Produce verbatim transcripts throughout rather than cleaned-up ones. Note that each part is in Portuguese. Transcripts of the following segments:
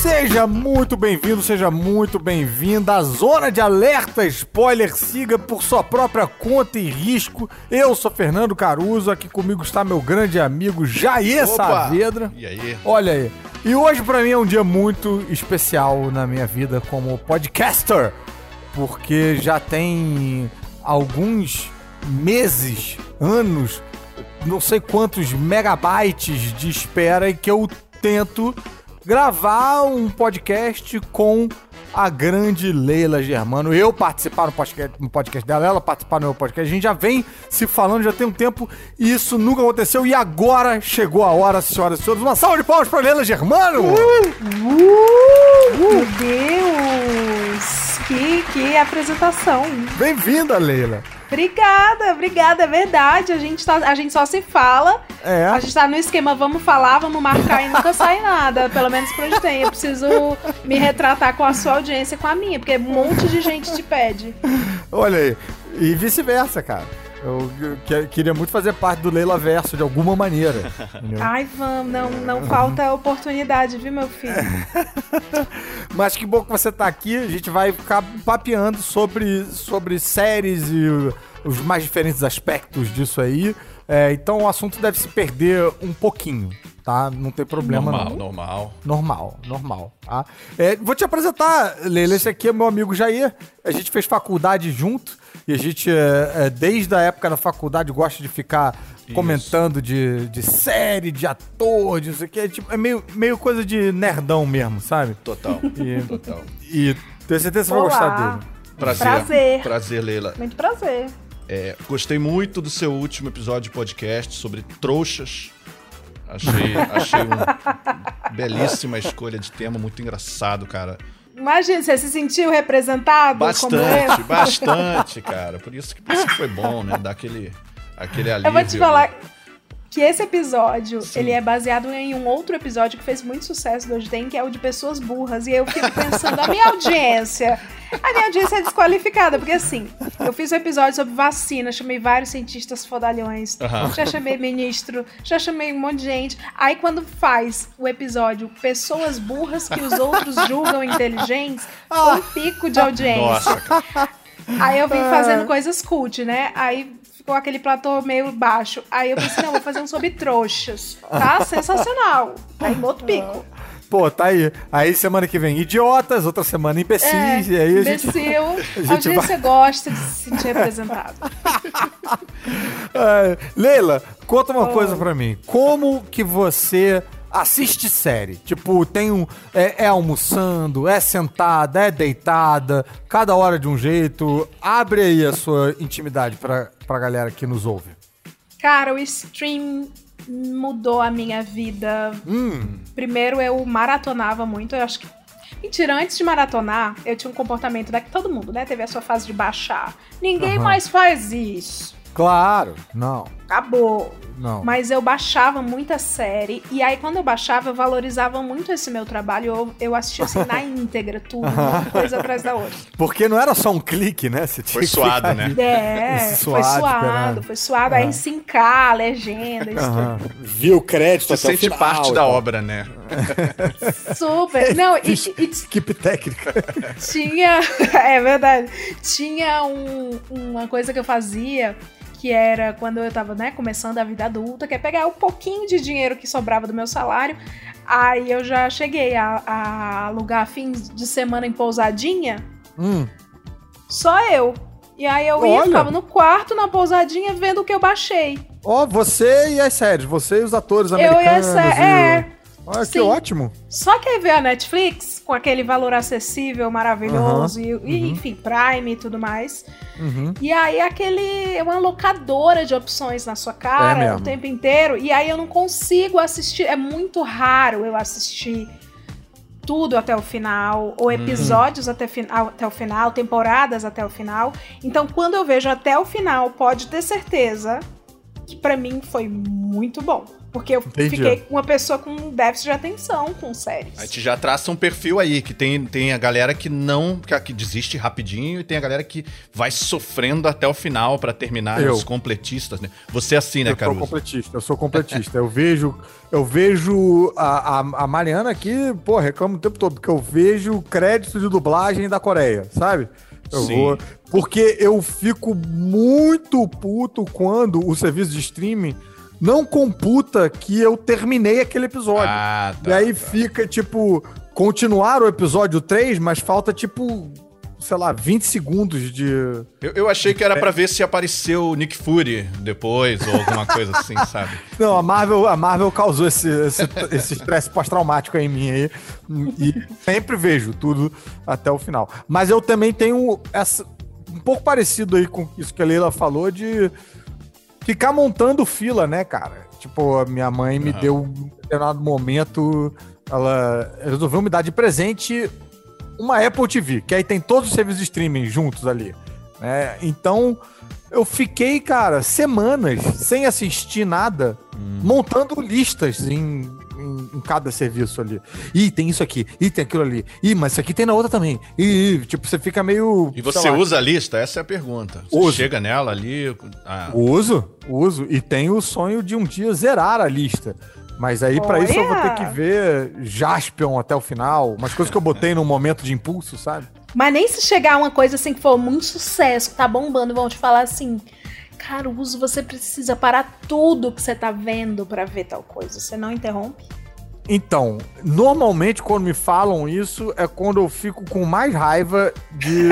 Seja muito bem-vindo, seja muito bem-vinda à Zona de Alerta Spoiler. Siga por sua própria conta e risco. Eu sou Fernando Caruso, aqui comigo está meu grande amigo Jair Opa. Saavedra. E aí? Olha aí. E hoje pra mim é um dia muito especial na minha vida como podcaster, porque já tem alguns meses, anos, não sei quantos megabytes de espera e que eu tento gravar um podcast com a grande Leila Germano. Eu participar no podcast, no podcast dela, ela participar no meu podcast. A gente já vem se falando, já tem um tempo, e isso nunca aconteceu. E agora chegou a hora, senhoras e senhores. Uma salva de palmas para Leila Germano! Uh, uh, meu Deus! Que, que apresentação! Bem-vinda, Leila! Obrigada, obrigada, é verdade. A gente, tá, a gente só se fala. É. A gente tá no esquema, vamos falar, vamos marcar e nunca sai nada. Pelo menos pra onde tem. Eu preciso me retratar com a sua audiência e com a minha, porque um monte de gente te pede. Olha aí. E vice-versa, cara. Eu, eu queria muito fazer parte do Leila Verso de alguma maneira. Entendeu? Ai, vamos, não, não falta oportunidade, viu, meu filho? Mas que bom que você tá aqui. A gente vai ficar papeando sobre, sobre séries e os mais diferentes aspectos disso aí. É, então o assunto deve se perder um pouquinho, tá? Não tem problema. Normal, não. normal. Normal, normal. Tá? É, vou te apresentar, Leila. Esse aqui é meu amigo Jair. A gente fez faculdade junto. E a gente, é, desde a época da faculdade, gosta de ficar Isso. comentando de, de série, de ator, de não sei o que. É, tipo, é meio, meio coisa de nerdão mesmo, sabe? Total. E, Total. E tenho certeza que você vai gostar dele. Prazer. Prazer. Prazer, Leila. Muito prazer. É, gostei muito do seu último episódio de podcast sobre trouxas. Achei, achei uma belíssima escolha de tema, muito engraçado, cara. Imagina, você se sentiu representado? Bastante, como eu? bastante, cara. Por isso que, por isso que foi bom, né? Dar aquele, aquele alívio. Eu vou te falar que esse episódio, Sim. ele é baseado em um outro episódio que fez muito sucesso do Hoje Tem, que é o de pessoas burras. E aí eu fico pensando, a minha audiência... A minha audiência é desqualificada, porque assim, eu fiz um episódio sobre vacina, chamei vários cientistas fodalhões, uhum. já chamei ministro, já chamei um monte de gente. Aí quando faz o episódio pessoas burras que os outros julgam inteligentes, foi um pico de audiência. Nossa. Aí eu vim fazendo coisas cult, né? Aí ficou aquele platô meio baixo. Aí eu pensei, não, vou fazer um sobre trouxas. Tá sensacional. Aí outro pico. Pô, tá aí. Aí semana que vem idiotas, outra semana imbecis. É, e aí a imbecil. Gente, a audiência vai... gosta de se sentir representado. é, Leila, conta uma oh. coisa pra mim. Como que você assiste série? Tipo, tem um... É, é almoçando, é sentada, é deitada, cada hora de um jeito. Abre aí a sua intimidade pra, pra galera que nos ouve. Cara, o stream... mudou a minha vida. Hum. Primeiro, eu maratonava muito. Eu acho que... Mentira, antes de maratonar, eu tinha um comportamento da que todo mundo, né? Teve a sua fase de baixar. Ninguém uhum. mais faz isso. Claro, não. Acabou. Não. Mas eu baixava muita série. E aí, quando eu baixava, eu valorizava muito esse meu trabalho. Eu, eu assistia assim na íntegra, tudo, uma coisa atrás da outra. Porque não era só um clique, né? Você tinha foi suado, né? É, suado, foi suado, foi suado. Ah. Aí sincar a legenda, isso uhum. tudo. Viu o crédito Você até sente o final, parte da obra, né? Super. Não, e, e, equipe técnica. Tinha, é verdade. Tinha um, uma coisa que eu fazia... que era quando eu tava, né, começando a vida adulta, que é pegar um pouquinho de dinheiro que sobrava do meu salário. Aí eu já cheguei a, a alugar fins de semana em pousadinha. Hum. Só eu. E aí eu ia, ficava no quarto, na pousadinha, vendo o que eu baixei. Ó, oh, você e as séries, você e os atores americanos. Eu e as séries, é... Olha, que ótimo. Só que aí veio a Netflix, com aquele valor acessível, maravilhoso, uhum, e, uhum. e enfim, Prime e tudo mais. Uhum. E aí aquele, uma locadora de opções na sua cara é o tempo inteiro. E aí eu não consigo assistir, é muito raro eu assistir tudo até o final, ou episódios uhum. até, até o final, temporadas até o final. Então quando eu vejo até o final, pode ter certeza que pra mim foi muito bom. Porque eu Entendi. fiquei uma pessoa com déficit de atenção com séries. A gente já traça um perfil aí, que tem, tem a galera que não, que, que desiste rapidinho e tem a galera que vai sofrendo até o final pra terminar, Eu. os completistas, né? Você é assim, né, Eu sou Caruso? completista, eu sou completista. eu vejo, eu vejo a, a, a Mariana aqui, pô, reclama o tempo todo, porque eu vejo crédito de dublagem da Coreia, sabe? Eu Sim. vou. Porque eu fico muito puto quando o serviço de streaming não computa que eu terminei aquele episódio. Ah, tá. E aí tá. fica, tipo, continuar o episódio três, mas falta, tipo, sei lá, vinte segundos de... Eu, eu achei que era pra ver se apareceu o Nick Fury depois, ou alguma coisa assim, sabe? Não, a Marvel, a Marvel causou esse esse esse estresse pós-traumático aí em mim aí. E sempre vejo tudo até o final. Mas eu também tenho essa, um pouco parecido aí com isso que a Leila falou de ficar montando fila, né, cara? Tipo, a minha mãe me Uhum. deu um determinado momento, ela resolveu me dar de presente uma Apple T V, que aí tem todos os serviços de streaming juntos ali, né? Então, eu fiquei, cara, semanas sem assistir nada, Hum. montando listas em, em, em cada serviço ali. Ih, tem isso aqui, ih, tem aquilo ali, ih, mas isso aqui tem na outra também. Ih, ih, tipo, você fica meio... E você sei lá. usa a lista? Essa é a pergunta. Você Uso. chega nela ali... Ah, Uso, uso. E tenho o sonho de um dia zerar a lista. Mas aí, pra isso, eu vou ter que ver Jaspion até o final. Umas coisas que eu botei num momento de impulso, sabe? Mas nem se chegar uma coisa assim que for muito sucesso, que tá bombando, vão te falar assim, Caruso, você precisa parar tudo que você tá vendo pra ver tal coisa. Você não interrompe? Então, normalmente quando me falam isso é quando eu fico com mais raiva de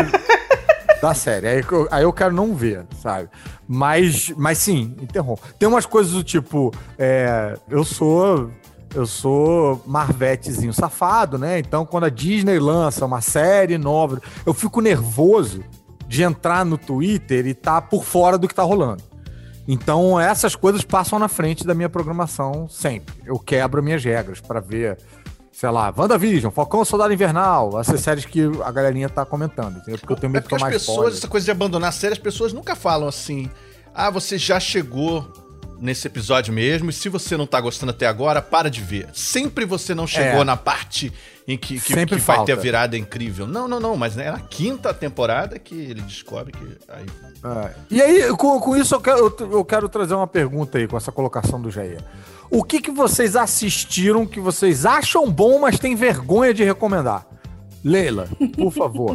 da série. Aí eu, aí eu quero não ver, sabe? Mas, mas sim, interrompo. Tem umas coisas do tipo, é, eu sou eu sou marvetezinho safado, né? Então quando a Disney lança uma série nova, eu fico nervoso de entrar no Twitter e tá por fora do que tá rolando. Então, essas coisas passam na frente da minha programação sempre. Eu quebro minhas regras pra ver, sei lá, WandaVision, Falcão Soldado Invernal, essas séries que a galerinha tá comentando, entendeu? Porque eu tenho é medo de porque as tomar pessoas, spoiler. essa coisa de abandonar a série, as pessoas nunca falam assim, ah, você já chegou nesse episódio mesmo, e se você não tá gostando até agora, para de ver. Sempre você não chegou É. na parte em que, que, Sempre que vai falta. ter a virada incrível. Não, não, não, mas é na quinta temporada que ele descobre que... Aí... É. E aí, com, com isso, eu quero, eu, eu quero trazer uma pergunta aí, com essa colocação do Jair. O que, que vocês assistiram que vocês acham bom, mas têm vergonha de recomendar? Leila, por favor.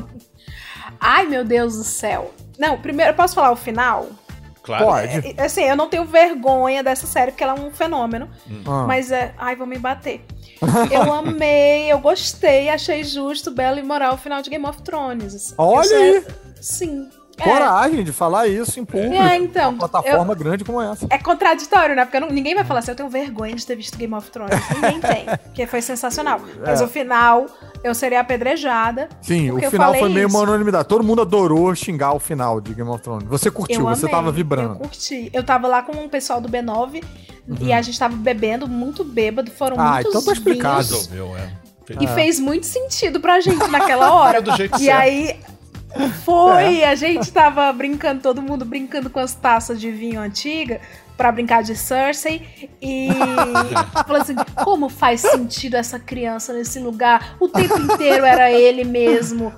Ai, meu Deus do céu. Não, primeiro, eu posso falar o final? Claro. Pode. É, assim, eu não tenho vergonha dessa série, porque ela é um fenômeno. Ah. Mas é... Ai, vou me bater. Eu amei, eu gostei, achei justo, belo e moral o final de Game of Thrones. assim. Olha Isso aí. é- Sim. É. Coragem de falar isso em público. É, então, Uma plataforma grande como essa. É contraditório, né? Porque não- ninguém vai falar assim, eu tenho vergonha de ter visto Game of Thrones. Ninguém tem, porque foi sensacional. Mas É. o final, eu seria apedrejada. Sim, o porque eu final falei foi meio isso. uma unanimidade. Todo mundo adorou xingar o final de Game of Thrones. Você curtiu, Eu você amei, tava Eu vibrando. curti. Eu tava lá com o pessoal do B nove e a gente tava bebendo muito bêbado, foram Ah, muitos então tá explicado. vinhos. Resolveu, é. E fez muito sentido pra gente naquela hora. É do jeito e certo. aí foi, a gente tava brincando, todo mundo brincando com as taças de vinho antiga pra brincar de Cersei e falou assim, como faz sentido essa criança nesse lugar? O tempo inteiro era ele mesmo.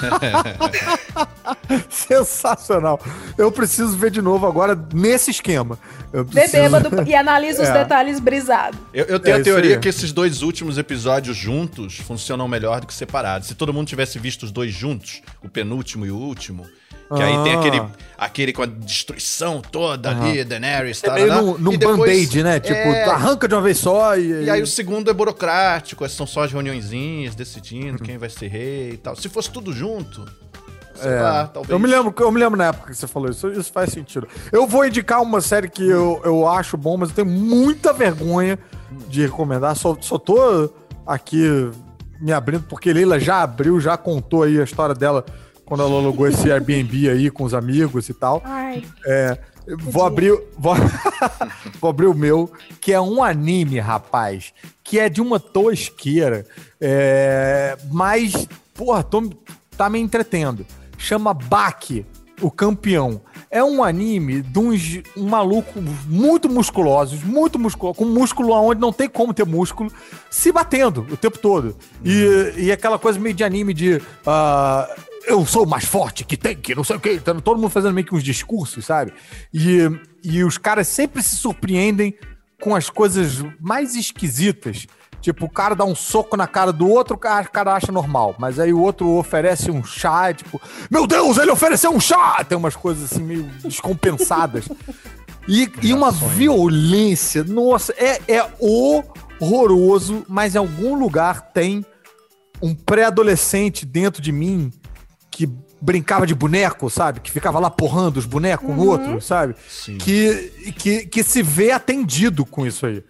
Sensacional. Eu preciso ver de novo agora nesse esquema. Eu Bê preciso... bêbado e analisa os É. detalhes brisados. Eu, eu tenho É a isso teoria aí. que esses dois últimos episódios juntos funcionam melhor do que separados. Se todo mundo tivesse visto os dois juntos, o penúltimo e o último, que aí tem Ah. aquele, aquele com a destruição toda ali, Daenerys, É tal, meio tal, num, num e depois- band-aid, né? Tipo, é, arranca de uma vez só e... E aí o segundo é burocrático, são só as reuniõezinhas decidindo quem vai ser rei e tal. Se fosse tudo junto, sei É. lá, talvez. Eu me lembro, eu me lembro na época que você falou isso, isso faz sentido. Eu vou indicar uma série que eu, eu acho bom, mas eu tenho muita vergonha de recomendar. Só, só tô aqui me abrindo, porque Leila já abriu, já contou aí a história dela quando ela alugou esse Airbnb aí com os amigos e tal. Ai, É, eu vou abrir, vou, vou abrir o meu, que é um anime, rapaz, que é de uma tosqueira, é, mas, porra, tô, tá me entretendo. Chama Baki, o campeão, é um anime de uns um maluco muito musculosos, muito musculoso, com músculo onde não tem como ter músculo, se batendo o tempo todo. E, e aquela coisa meio de anime de... Uh, eu sou o mais forte que tem, que não sei o que. Todo mundo fazendo meio que uns discursos, sabe? E, e os caras sempre se surpreendem com as coisas mais esquisitas. Tipo, o cara dá um soco na cara do outro, o cara acha normal. Mas aí o outro oferece um chá, tipo... Meu Deus, ele ofereceu um chá! Tem umas coisas assim meio descompensadas. E, e uma violência. Nossa, é, é horroroso, mas em algum lugar tem um pré-adolescente dentro de mim que brincava de boneco, sabe? Que ficava lá porrando os bonecos um no outro, sabe? Sim. Que, que, que se vê atendido com isso aí.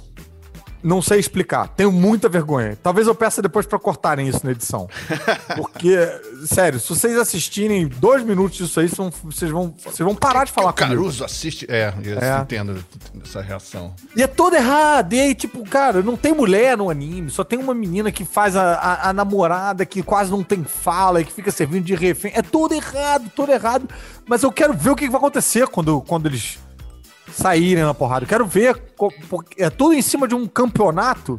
Não sei explicar. Tenho muita vergonha. Talvez eu peça depois pra cortarem isso na edição. Porque, sério, se vocês assistirem dois minutos disso aí, vocês vão, vocês vão parar de falar com o Caruso comigo. assiste... É, eu É. entendo essa reação. E é todo errado. E aí, tipo, cara, não tem mulher no anime. Só tem uma menina que faz a, a, a namorada que quase não tem fala e que fica servindo de refém. É todo errado, todo errado. Mas eu quero ver o que vai acontecer quando, quando eles... saírem na porrada. Eu quero ver, porque é tudo em cima de um campeonato,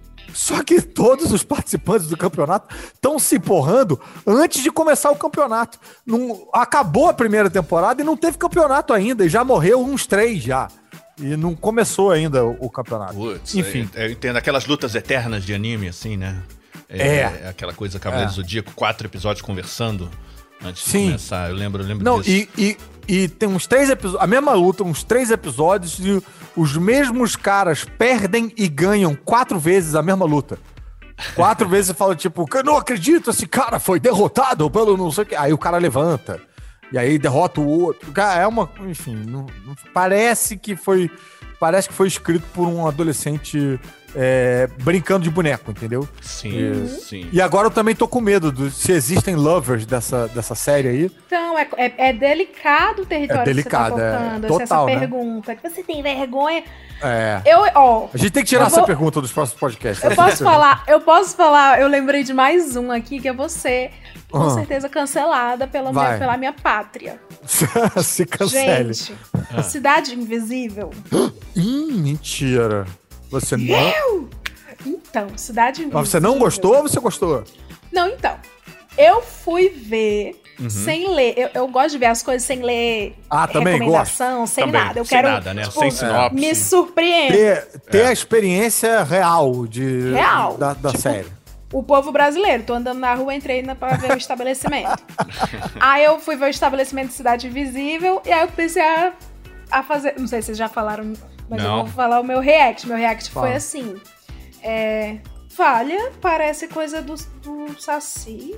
só que todos os participantes do campeonato estão se porrando antes de começar o campeonato. Não, acabou a primeira temporada e não teve campeonato ainda, e já morreu uns três já. E não começou ainda o, o campeonato. Putz, enfim. Eu, eu entendo aquelas lutas eternas de anime, assim, né? É. é aquela coisa Cavaleiro É. do Zodíaco, quatro episódios conversando antes Sim. de começar. Eu lembro, eu lembro Não, disso. e, e, e tem uns três episódios, a mesma luta, uns três episódios, e os mesmos caras perdem e ganham quatro vezes a mesma luta. Quatro vezes você fala, tipo, eu não acredito, esse cara foi derrotado pelo não sei o que. Aí o cara levanta, e aí derrota o outro. Cara, é uma, enfim, não, não- parece que foi, parece que foi escrito por um adolescente é, brincando de boneco, entendeu? Sim, sim. E agora eu também tô com medo do, se existem lovers dessa, dessa série aí. Então, é, é, é delicado o território É delicado, que você é. tá tocando. Total, essa né? pergunta. Que você tem vergonha? É. Eu, ó, A gente tem que tirar Eu essa vou- pergunta dos próximos podcasts. eu posso falar, eu posso falar, eu lembrei de mais um aqui, que é você, com Ah. certeza cancelada pela Vai. minha, pela minha pátria. Se cancele. Gente, Cidade Invisível. Hum, mentira. Você não. Então, Cidade Invisível. Mas você não gostou ou você gostou? Não, então. Eu fui ver Uhum. sem ler. Eu, eu gosto de ver as coisas sem ler Ah, também recomendação, sem Também, nada. Eu sem quero nada, né? tipo, Sem sinopse. me surpreender. Ter, ter a experiência real de, Real. da, da Tipo, série. O povo brasileiro. Tô andando na rua, entrei na, pra ver o estabelecimento. Aí eu fui ver o estabelecimento de Cidade Invisível e aí eu comecei a, a fazer... Não sei se vocês já falaram, mas Não. eu vou falar o meu react. Meu react Fala. foi assim. É... Falha, parece coisa do, do Saci.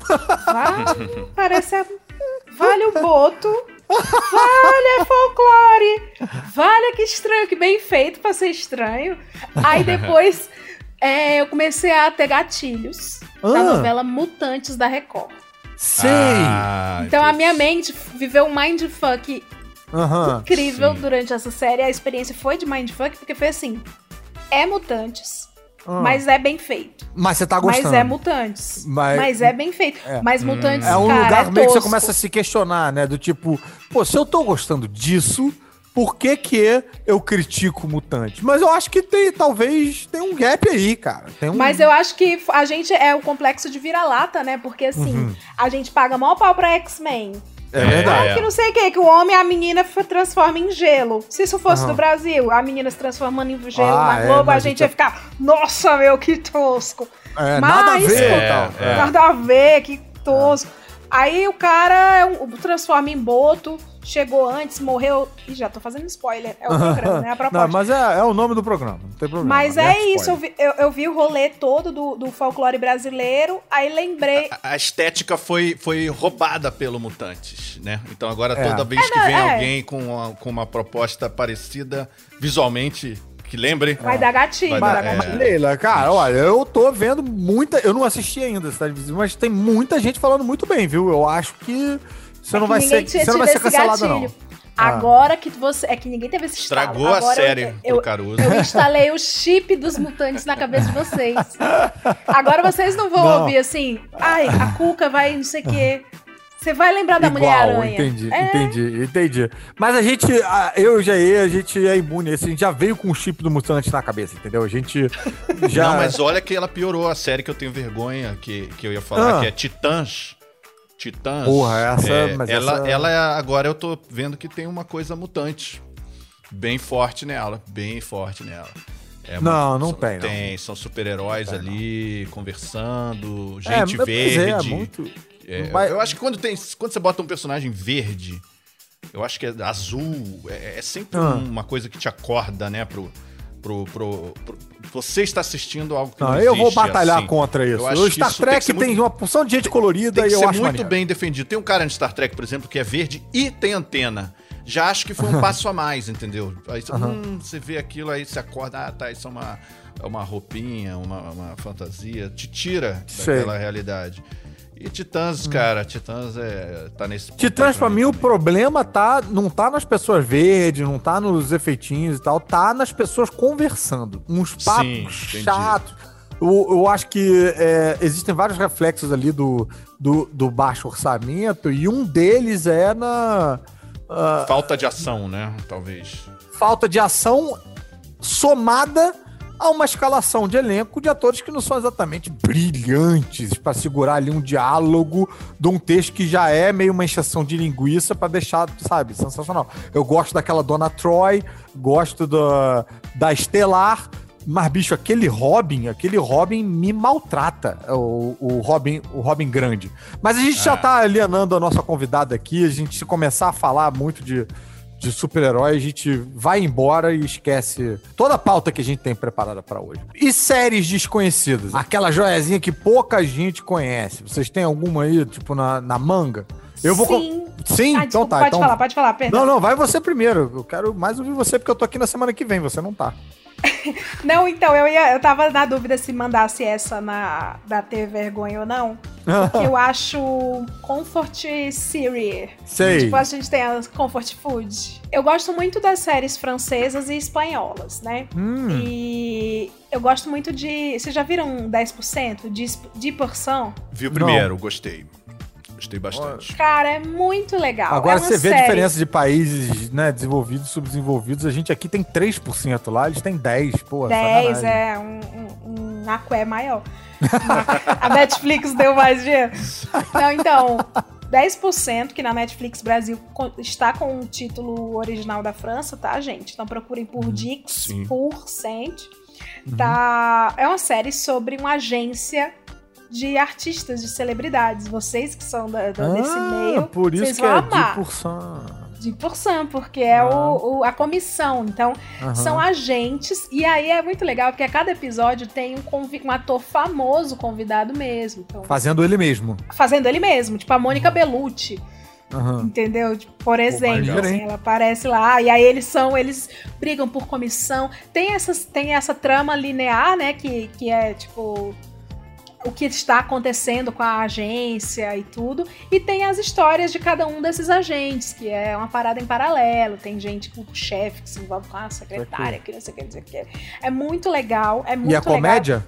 Vale, parece a... Vale o Boto. Vale, folclore. Vale, que estranho, que bem feito pra ser estranho. Aí depois é, eu comecei a ter gatilhos da Ah. novela Mutantes da Record. Sei! Ah, Então a minha mente viveu um mindfuck Aham. incrível sim. durante essa série. A experiência foi de mindfuck, porque foi assim: é Mutantes, Ah. mas é bem feito. Mas você tá gostando. Mas é Mutantes. Mas- Mas, é bem feito. É. Mas Mutantes, É um cara, lugar é meio que você tosco. começa a se questionar, né? Do tipo, pô, se eu tô gostando disso, por que que eu critico mutante? Mas eu acho que tem, talvez, tem um gap aí, cara. Tem um... Mas eu acho que a gente é o complexo de vira-lata, né? Porque assim, Uhum. a gente paga maior pau pra X-Men. É verdade. É. Que não sei o que, que o homem e a menina f- transforma em gelo. Se isso fosse Aham. do Brasil, a menina se transformando em gelo Ah, na é, Globo, a mas gente então- ia ficar, nossa, meu, que tosco. É, Mas, nada a ver pô, e tal. É. Nada a ver, que tosco. Aí o cara é um, transforma em boto, chegou antes, morreu. Ih, já tô fazendo spoiler. É o programa, né? A proposta. Não, mas é, é o nome do programa, não tem problema. Mas alerta é isso, eu spoiler. vi, eu, eu vi o rolê todo do, do folclore brasileiro, aí lembrei. A, a estética foi, foi roubada pelo Mutantes, né? Então agora É. toda vez É, que não, vem é. alguém com uma, com uma proposta parecida, visualmente, que lembre... Vai dar gatilho. Vai Vai dar- dar é. gatilho. Mas, Leila, cara, olha, eu tô vendo muita. Eu não assisti ainda Cidade Invisível, mas tem muita gente falando muito bem, viu? Eu acho que você É não que vai ninguém ser, tinha você não vai tido ser esse cancelado, gatilho. não. Ah. Agora que você. É que ninguém teve esse estalo. Estragou a Agora série eu, pro eu, Caruso. eu instalei o chip dos mutantes na cabeça de vocês. Agora vocês não vão Não. ouvir assim, ai, a Cuca vai não sei o quê. Você vai lembrar da Igual, Mulher-Aranha. entendi, é. entendi, entendi. Mas a gente, eu e o Jair, a gente é imune a isso. A gente já veio com o chip do Mutante na cabeça, entendeu? A gente já... Não, mas olha que ela piorou a série que eu tenho vergonha, que, que eu ia falar, Ah. que é Titãs. Titãs. Porra, essa- É, mas ela, essa- ela é- agora eu tô vendo que tem uma coisa mutante. Bem forte nela, bem forte nela. É Não, muito- não são- tem, não. Tem, são super-heróis Não tem, ali, conversando, É, gente mas, pois é, verde. muito... É, Mas- Eu acho que quando, tem, quando você bota um personagem verde, eu acho que é azul, é, é sempre Ah. uma coisa que te acorda, né, pro... Pro, pro, pro- você está assistindo algo que não, Não, existe. eu vou batalhar assim. contra isso. Eu acho O que Star isso tem Trek que ser tem, muito- uma porção de gente colorida Tem que e eu ser acho muito maneiro. bem defendido. Tem um cara no Star Trek, por exemplo, que é verde e tem antena. Já acho que foi um passo a mais, entendeu? Aí você, hum, você vê aquilo, aí você acorda, ah, tá, isso é uma, é uma roupinha, uma, uma fantasia. Te tira Sei. daquela realidade. E Titãs, cara, Titãs é, tá nesse ponto Titãs, aí pra mim, o também. problema tá, não tá nas pessoas verdes, não tá nos efeitinhos e tal, tá nas pessoas conversando. Uns papos Sim, entendi. chatos. Eu, eu acho que é, existem vários reflexos ali do, do, do baixo orçamento, e um deles é na ah, Falta de ação, né? Talvez. falta de ação somada a uma escalação de elenco de atores que não são exatamente brilhantes pra segurar ali um diálogo de um texto que já é meio uma encheção de linguiça pra deixar, sabe, sensacional. Eu gosto daquela Dona Troy, gosto da, da Estelar, mas, bicho, aquele Robin, aquele Robin me maltrata, o, o, Robin, o Robin grande. Mas a gente já É. tá alienando a nossa convidada aqui, a gente se começar a falar muito de de super-herói, a gente vai embora e esquece toda a pauta que a gente tem preparada pra hoje. E séries desconhecidas? Aquela joiazinha que pouca gente conhece. Vocês têm alguma aí, tipo, na, na manga? Eu vou Sim. com- Sim? Ah, então desculpa, tá. pode então... falar, pode falar, perdão. Não, não, vai você primeiro. Eu quero mais ouvir você, porque eu tô aqui na semana que vem, você não tá. Não, então, eu, ia, eu tava na dúvida se mandasse essa na, da Ter Vergonha ou não. Porque eu acho Comfort Series. Sei. Tipo, a gente tem a Comfort Food. Eu gosto muito das séries francesas e espanholas, né? Hum. E eu gosto muito de... Vocês já viram dez por cento? dez por cento? Vi o primeiro, gostei. Gostei bastante. Cara, é muito legal. Agora é uma você vê a série- diferença de países, né, desenvolvidos e subdesenvolvidos. A gente aqui tem três por cento lá, eles têm dez, pô. dez, sacanagem. é, um, um, um aqué maior. A Netflix deu mais dinheiro. Não, então, dez por cento que na Netflix Brasil co- está com o título original da França, tá, gente? Então procurem por Dix sim. por cent. Tá, é uma série sobre uma agência de artistas, de celebridades. Vocês que são da, da- desse Ah, meio, por isso vocês que vão é amar. dez por cento. De porção, porque é Ah. o, o- a comissão. Então, Aham. são agentes. E aí é muito legal, porque a cada episódio tem um, convi- um ator famoso convidado mesmo. Então, Fazendo ele mesmo. fazendo ele mesmo. Tipo a Mônica Bellucci, Aham. entendeu? Tipo, por exemplo, maneiro, assim, hein? ela aparece lá. E aí eles são, eles brigam por comissão. Tem, essas, tem essa trama linear, né? Que, que é, tipo... o que está acontecendo com a agência e tudo, e tem as histórias de cada um desses agentes, que é uma parada em paralelo, tem gente com o chefe que se envolve com a secretária, que não sei o que, não sei o que. É muito legal, é muito E a legal. comédia?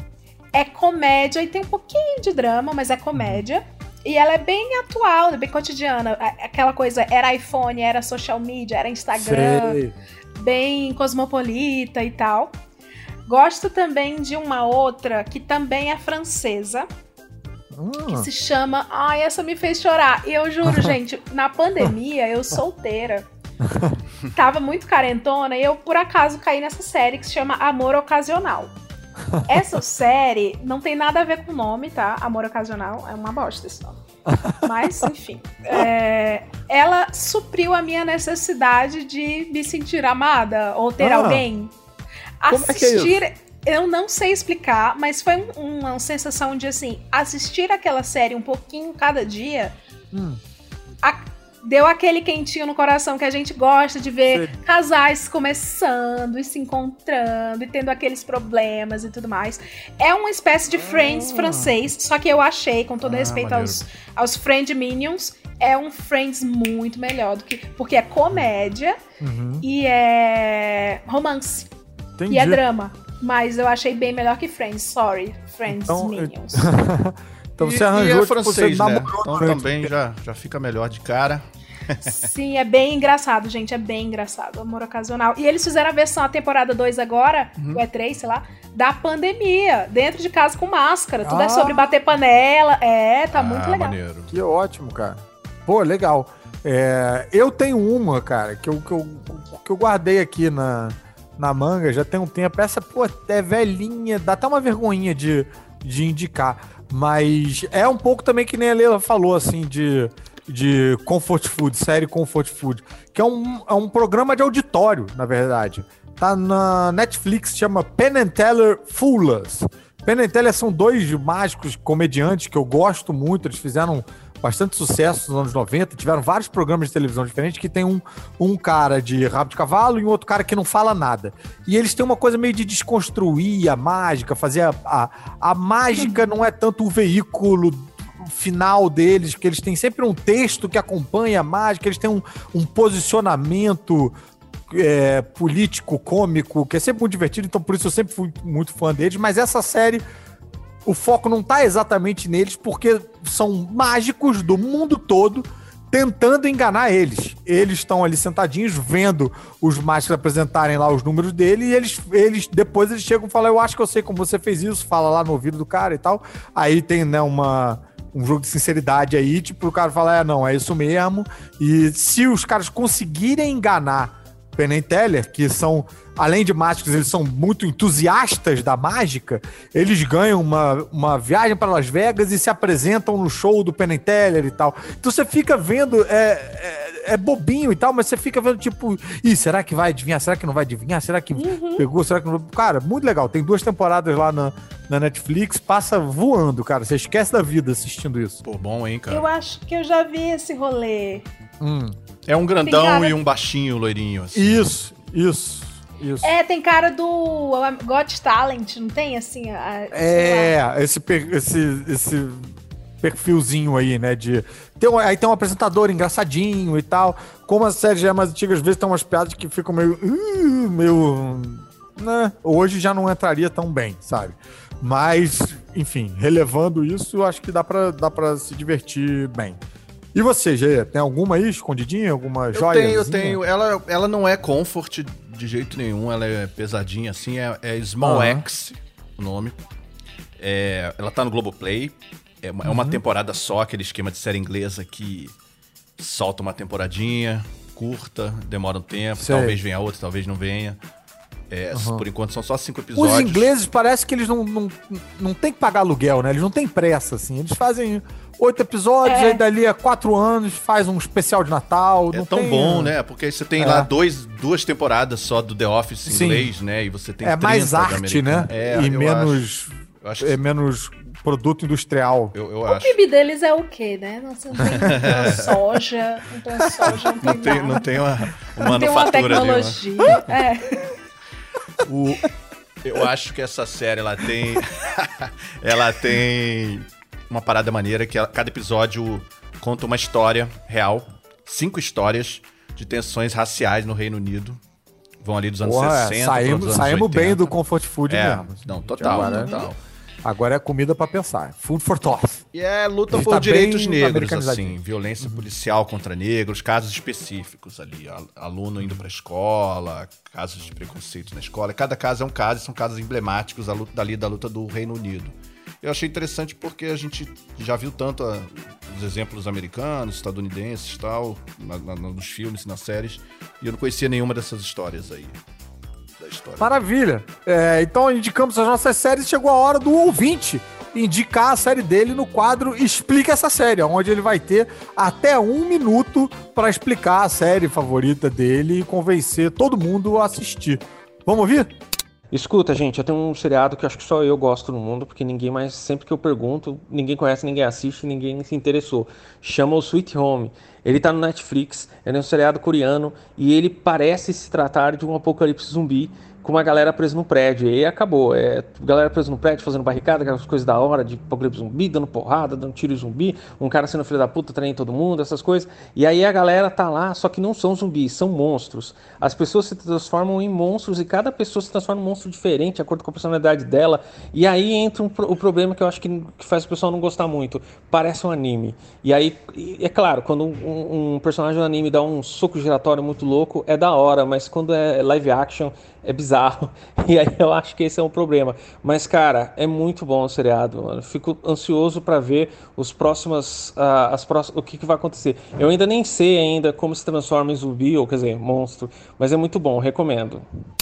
É comédia, e tem um pouquinho de drama, mas é comédia. E ela é bem atual, é bem cotidiana. A- Aquela coisa, era iPhone, era social media, era Instagram, Sei. bem cosmopolita e tal. Gosto também de uma outra que também é francesa, que Ah, se chama... Ai, essa me fez chorar. E eu juro, gente, na pandemia, eu solteira, tava muito carentona, e eu, por acaso, caí nessa série que se chama Amor Ocasional. Essa série não tem nada a ver com o nome, tá? Amor Ocasional, é uma bosta esse nome. Mas, enfim. é, ela supriu a minha necessidade de me sentir amada, ou ter Ah. alguém. Como é que é Assistir... Eu não sei explicar, mas foi um- uma sensação de, assim, assistir aquela série um pouquinho cada dia, hum. a- deu aquele quentinho no coração que a gente gosta de ver Sei. casais começando e se encontrando e tendo aqueles problemas e tudo mais. É uma espécie de Friends Ah. francês, só que eu achei, com todo Ah, respeito maneiro. aos, aos Friend Minions, é um Friends muito melhor do que... Porque é comédia Uhum. e é romance. Entendi. E é drama. Mas eu achei bem melhor que Friends. Sorry, Friends Então, Minions. Então e, você arranjou, e é tipo, francês, você né? namorou Então durante também o já, já fica melhor de cara. Sim, é bem engraçado, gente. É bem engraçado. Amor ocasional. E eles fizeram a versão, a temporada dois agora, uhum. ou é três, sei lá, da pandemia. Dentro de casa com máscara. Tudo ah. é sobre bater panela. É, tá ah, muito legal. Maneiro. Que ótimo, cara. Pô, legal. É, eu tenho uma, cara, que eu, que eu, que eu guardei aqui na, na manga já tem um tempo. Essa, pô, é velhinha. Dá até uma vergonhinha de, de indicar. Mas é um pouco também que nem a Leila falou, assim, de... de Comfort Food, série Comfort Food, que é um, é um programa de auditório, na verdade. Tá na Netflix, chama Penn and Teller Foolers. Penn and Teller são dois mágicos comediantes que eu gosto muito, eles fizeram bastante sucesso nos anos noventa, tiveram vários programas de televisão diferentes, que tem um, um cara de rabo de cavalo e um outro cara que não fala nada. E eles têm uma coisa meio de desconstruir a mágica, fazer a... A, a mágica não é tanto o veículo final deles, porque eles têm sempre um texto que acompanha a mágica, eles têm um, um posicionamento é, político, cômico, que é sempre muito divertido, então por isso eu sempre fui muito fã deles, mas essa série, o foco não tá exatamente neles, porque são mágicos do mundo todo tentando enganar eles. Eles estão ali sentadinhos, vendo os mágicos apresentarem lá os números dele, e eles, eles depois eles chegam e falam, eu acho que eu sei como você fez isso, fala lá no ouvido do cara e tal. Aí tem, né, uma... um jogo de sinceridade aí, tipo, o cara fala, é, não, é isso mesmo. E se os caras conseguirem enganar Penn and Teller, que são, além de mágicos, eles são muito entusiastas da mágica, eles ganham uma, uma viagem para Las Vegas e se apresentam no show do Penn and Teller e tal. Então você fica vendo, é, é, é bobinho e tal, mas você fica vendo, tipo, ih, será que vai adivinhar? Será que não vai adivinhar? Será que uhum. pegou? Será que não... Cara, muito legal. Tem duas temporadas lá na, na Netflix, passa voando, cara. Você esquece da vida assistindo isso. Pô, bom, hein, cara? Eu acho que eu já vi esse rolê. Hum. É um grandão cara... e um baixinho loirinho, assim. Isso, isso, isso. É, tem cara do Got Talent, não tem, assim? A, é, esse, esse, esse perfilzinho aí, né, de... Tem um, aí tem um apresentador engraçadinho e tal. Como a série já é mais antiga, às vezes tem umas piadas que ficam meio... Uh, meio... Né? Hoje já não entraria tão bem, sabe? Mas, enfim, relevando isso, eu acho que dá pra, dá pra se divertir bem. E você, Gê, tem alguma aí escondidinha? Alguma joia? Eu tenho, eu tenho. Ela, ela não é comfort de jeito nenhum, ela é pesadinha assim, é, é Small uhum. X o nome. É, ela tá no Globoplay, é uma, uhum. é uma temporada só, aquele esquema de série inglesa que solta uma temporadinha, curta, demora um tempo, Sei. talvez venha outra, talvez não venha. É, uhum. Por enquanto são só cinco episódios. Os ingleses parece que eles não, não, não tem que pagar aluguel, né? Eles não têm pressa, assim. Eles fazem oito episódios, é. aí dali a quatro anos faz um especial de Natal. É não tão tem... bom, né? Porque você tem é. lá dois, duas temporadas só do The Office em inglês, né? E você tem É mais arte, né? É, e menos, acho, eu acho que... é menos produto industrial. Eu, eu o acho. P I B deles é o quê, né? Não, você não tem soja, não tem soja, não tem não tem, nada. Não tem uma, uma não tem uma tecnologia. Ali, uma... É. O, eu acho que essa série, ela tem... ela tem uma parada maneira, que ela, cada episódio conta uma história real. Cinco histórias de tensões raciais no Reino Unido. Vão ali dos anos Porra, sessenta, saímos, anos saímos oitenta. bem do comfort food é, mesmo. Não, total, agora, total. Agora é comida pra pensar. Food for thought. E é luta por tá direitos negros, assim. Violência uhum. policial contra negros, casos específicos ali. Aluno indo pra escola, casos de preconceito na escola. Cada caso é um caso, são casos emblemáticos da luta, dali da luta do Reino Unido. Eu achei interessante porque a gente já viu tanto a, os exemplos americanos, estadunidenses e tal, na, na, nos filmes e nas séries, e eu não conhecia nenhuma dessas histórias aí. Da história. Maravilha! É, então indicamos as nossas séries, chegou a hora do ouvinte indicar a série dele no quadro Explica essa série, onde ele vai ter até um minuto para explicar a série favorita dele e convencer todo mundo a assistir. Vamos ouvir? Escuta, gente, eu tenho um seriado que acho que só eu gosto no mundo, porque ninguém mais, sempre que eu pergunto, ninguém conhece, ninguém assiste, ninguém se interessou. Chama o Sweet Home. Ele tá no Netflix, ele é um seriado coreano e ele parece se tratar de um apocalipse zumbi com uma galera presa no prédio. E aí acabou. É, galera presa no prédio, fazendo barricada, aquelas coisas da hora, de apocalipse zumbi, dando porrada, dando tiro em zumbi, um cara sendo filho da puta, traindo todo mundo, essas coisas. E aí a galera tá lá, só que não são zumbis, são monstros. As pessoas se transformam em monstros e cada pessoa se transforma em um monstro diferente, de acordo com a personalidade dela. E aí entra um, o problema que eu acho que, que faz o pessoal não gostar muito. Parece um anime. E aí, é claro, quando um, um personagem do anime dá um soco giratório muito louco, é da hora, mas quando é live action, é bizarro. E aí eu acho que esse é um problema. Mas, cara, é muito bom o seriado, mano. Fico ansioso pra ver os próximos, uh, as próximas, o que, que vai acontecer. Eu ainda nem sei ainda como se transforma em zumbi, ou quer dizer, monstro. Mas é muito bom, recomendo.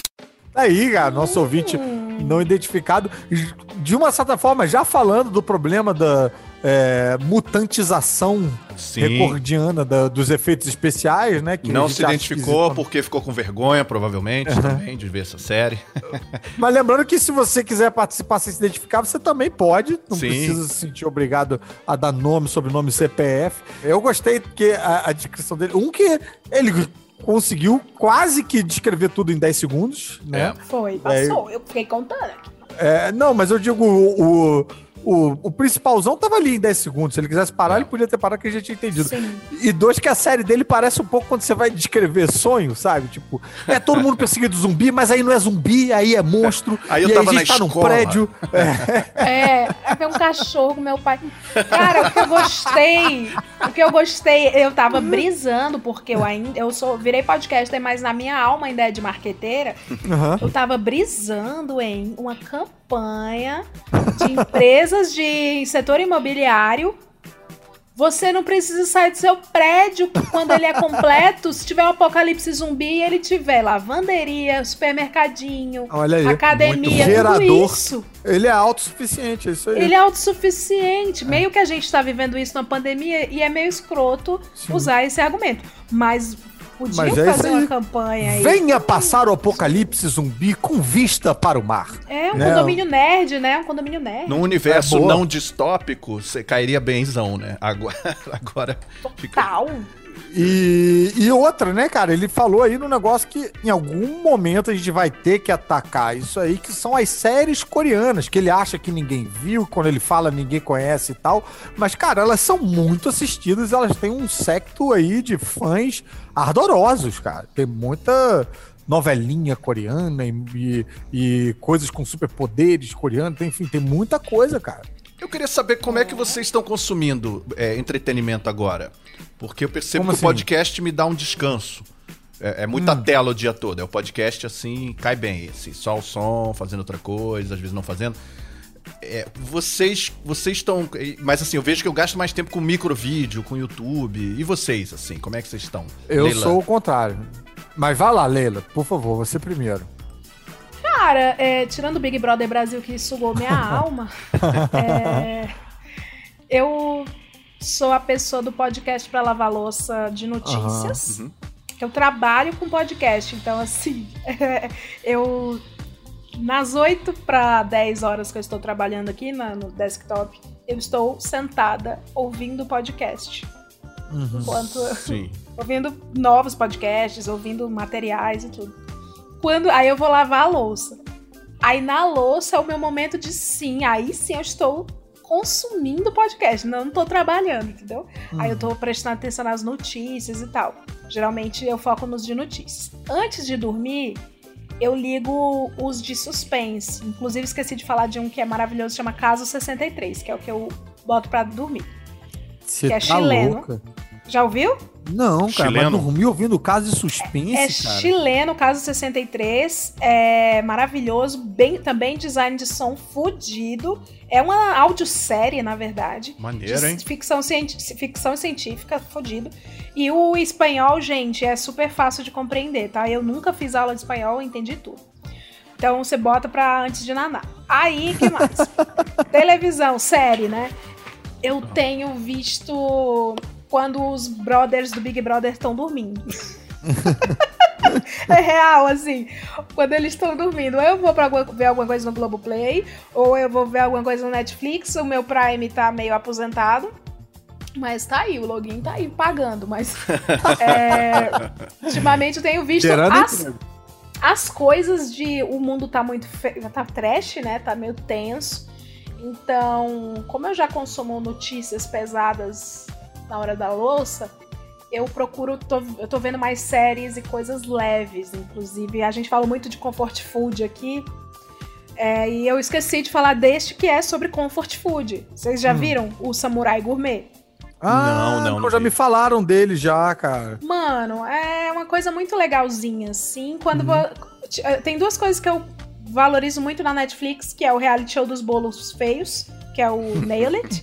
Aí, cara, nosso ouvinte não identificado, de uma certa forma, já falando do problema da é, mutantização Sim. recordiana da, dos efeitos especiais, né? Que não se identificou porque ficou com vergonha, provavelmente, uhum. também, de ver essa série. Mas lembrando que se você quiser participar sem se identificar, você também pode. Não Sim. precisa se sentir obrigado a dar nome, sobrenome, C P F. Eu gostei porque a, a descrição dele... Um que ele... conseguiu quase que descrever tudo em dez segundos, né? É. Foi, passou. É, eu fiquei contando aqui. É, não, mas eu digo, o, o, o, o principalzão tava ali em dez segundos. Se ele quisesse parar, é. ele podia ter parado, que a gente tinha entendido. Sim. E dois, que a série dele parece um pouco quando você vai descrever sonho, sabe? Tipo, é todo mundo perseguido zumbi, mas aí não é zumbi, aí é monstro. Aí eu e tava aí a gente na tá escola. num prédio. É, é, é um cachorro, meu pai. Cara, o que eu gostei, o que eu gostei, eu tava brisando, porque eu ainda, eu sou, virei podcaster, mas na minha alma ainda é de marqueteira. Uhum. Eu tava brisando em uma campanha de empresas de setor imobiliário. Você não precisa sair do seu prédio quando ele é completo. Se tiver um apocalipse zumbi, ele tiver lavanderia, supermercadinho, Olha aí, academia, gerador, tudo isso. Ele é autossuficiente, é isso aí. Ele é autossuficiente. É. Meio que a gente tá vivendo isso na pandemia e é meio escroto Sim. usar esse argumento. Mas podiam Mas é fazer uma campanha aí. Venha passar o apocalipse zumbi com vista para o mar. É, um né? condomínio nerd, né? Um condomínio nerd. Num universo é não distópico, você cairia benzão, né? Agora, agora Total. Fica... E, e outra, né, cara? Ele falou aí no negócio que em algum momento a gente vai ter que atacar isso aí, que são as séries coreanas, que ele acha que ninguém viu, quando ele fala ninguém conhece e tal. Mas, cara, elas são muito assistidas, elas têm um secto aí de fãs ardorosos, cara. Tem muita novelinha coreana e, e, e coisas com superpoderes coreanos, enfim, tem muita coisa, cara. Eu queria saber como é que vocês estão consumindo é, entretenimento agora. Porque eu percebo como que assim? O podcast me dá um descanso. É, é muita hum. tela o dia todo. É o podcast, assim, cai bem. Assim, só o som, fazendo outra coisa, às vezes não fazendo. É, vocês vocês estão... Mas assim, eu vejo que eu gasto mais tempo com microvídeo, com YouTube. E vocês, assim, como é que vocês estão? Eu Leila? sou o contrário. Mas vai lá, Leila, por favor, você primeiro. Cara, é, tirando o Big Brother Brasil que sugou minha alma, é, eu sou a pessoa do podcast pra lavar louça de notícias. Uhum. Eu trabalho com podcast, então assim, é, eu nas oito para dez horas que eu estou trabalhando aqui na, no desktop, eu estou sentada ouvindo podcast. Uhum. Enquanto Sim. ouvindo novos podcasts, ouvindo materiais e tudo. Quando, aí eu vou lavar a louça. Aí na louça é o meu momento de sim. Aí sim eu estou consumindo podcast. Não, não tô trabalhando, entendeu? Hum. Aí eu tô prestando atenção nas notícias e tal. Geralmente eu foco nos de notícias. Antes de dormir, eu ligo os de suspense. Inclusive esqueci de falar de um que é maravilhoso, chama Caso sessenta e três, que é o que eu boto pra dormir. Cê que é tá chileno. Louca. Já ouviu? Não, cara, chileno. Mas dormi ouvindo Caso de Suspense, é, é cara. chileno, Caso sessenta e três, é maravilhoso, bem, também design de som fudido, é uma audiosérie, na verdade. Maneiro, hein? Ficção, ficção científica, fudido. E o espanhol, gente, é super fácil de compreender, tá? Eu nunca fiz aula de espanhol, entendi tudo. Então você bota pra antes de nanar. Aí, que mais? Televisão, série, né? Eu tenho visto... quando os brothers do Big Brother estão dormindo. É real, assim. Quando eles estão dormindo, ou eu vou pra ver alguma coisa no Globoplay, ou eu vou ver alguma coisa no Netflix. O meu Prime tá meio aposentado. Mas tá aí, o login tá aí, pagando. Mas é, ultimamente eu tenho visto as, as coisas de... O mundo tá muito... Fe... Tá trash, né? Tá meio tenso. Então, como eu já consumo notícias pesadas na hora da louça, eu procuro... Tô, eu tô vendo mais séries e coisas leves, inclusive. A gente fala muito de comfort food aqui. É, e eu esqueci de falar deste que é sobre comfort food. Vocês já hum. viram o Samurai Gourmet? Ah, não, não, não já vi. Me falaram dele já, cara. Mano, é uma coisa muito legalzinha, assim. Quando uhum. vou... Tem duas coisas que eu valorizo muito na Netflix, que é o reality show dos bolos feios, que é o Nail It.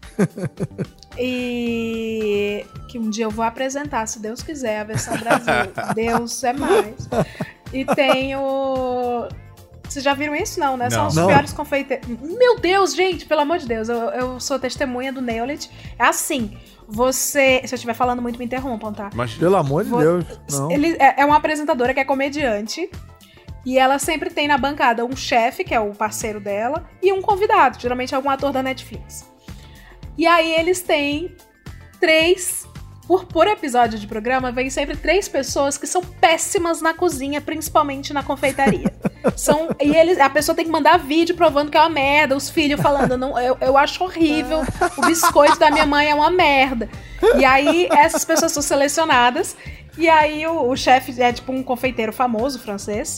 E que um dia eu vou apresentar, se Deus quiser, a versão Brasil. Deus é mais. E tem o... Vocês já viram isso? Não, né? Não. São os não. piores confeiteiros. Meu Deus, gente, pelo amor de Deus. Eu, eu sou testemunha do Nail It. É assim, você... Se eu estiver falando muito, me interrompam, tá? Mas, pelo amor de Vou, Deus, não. Ele é, é uma apresentadora que é comediante. E ela sempre tem na bancada um chefe, que é o parceiro dela, e um convidado, geralmente algum ator da Netflix. E aí eles têm três... Por, por episódio de programa, vem sempre três pessoas que são péssimas na cozinha, principalmente na confeitaria. São, e eles, a pessoa tem que mandar vídeo provando que é uma merda, os filhos falando, não, eu, eu acho horrível, o biscoito da minha mãe é uma merda. E aí, essas pessoas são selecionadas, e aí o, o chefe é tipo um confeiteiro famoso, francês.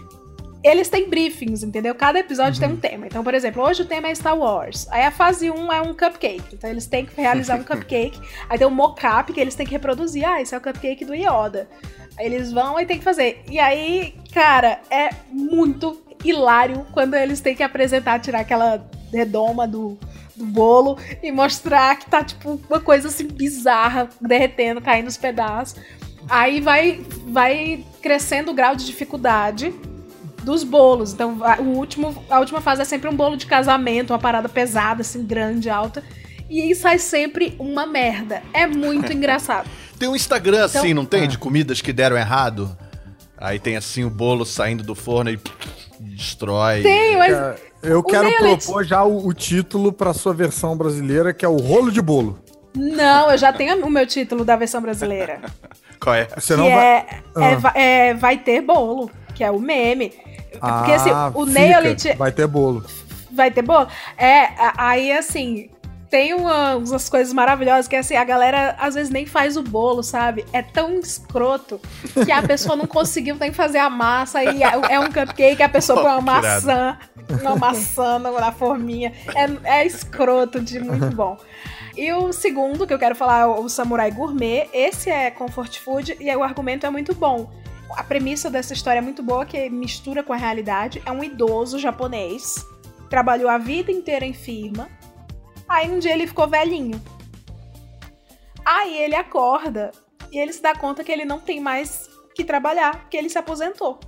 Eles têm briefings, entendeu? Cada episódio uhum. tem um tema. Então, por exemplo, hoje o tema é Star Wars. Aí a fase um é um cupcake. Então eles têm que realizar um cupcake. Aí tem um mock-up que eles têm que reproduzir. Ah, esse é o cupcake do Yoda. Aí eles vão e tem que fazer. E aí, cara, é muito hilário quando eles têm que apresentar, tirar aquela redoma do, do bolo e mostrar que tá, tipo, uma coisa assim bizarra, derretendo, caindo nos pedaços. Aí vai, vai crescendo o grau de dificuldade dos bolos. Então, o último, a última fase é sempre um bolo de casamento, uma parada pesada, assim, grande, alta. E aí sai sempre uma merda. É muito engraçado. Tem um Instagram então, assim, não tem? Ah. De comidas que deram errado? Aí tem assim o bolo saindo do forno e destrói. Tem, mas... É, eu quero propor já o, o título pra sua versão brasileira, que é o rolo de bolo. Não, eu já tenho o meu título da versão brasileira. Qual é? Você não vai... É, ah. é, é, vai ter bolo, que é o meme. Ah, porque assim, o Nail It... Vai ter bolo. Vai ter bolo? É, aí assim, tem umas, umas coisas maravilhosas que assim, a galera às vezes nem faz o bolo, sabe? É tão escroto que a pessoa não conseguiu nem fazer a massa e é um cupcake, a pessoa põe uma maçã, uma maçã na forminha. É, é escroto de muito bom. E o segundo que eu quero falar é o Samurai Gourmet. Esse é comfort food e o argumento é muito bom. A premissa dessa história é muito boa, que mistura com a realidade. É um idoso japonês, trabalhou a vida inteira em firma. Aí um dia ele ficou velhinho. Aí ele acorda e ele se dá conta que ele não tem mais que trabalhar, que ele se aposentou.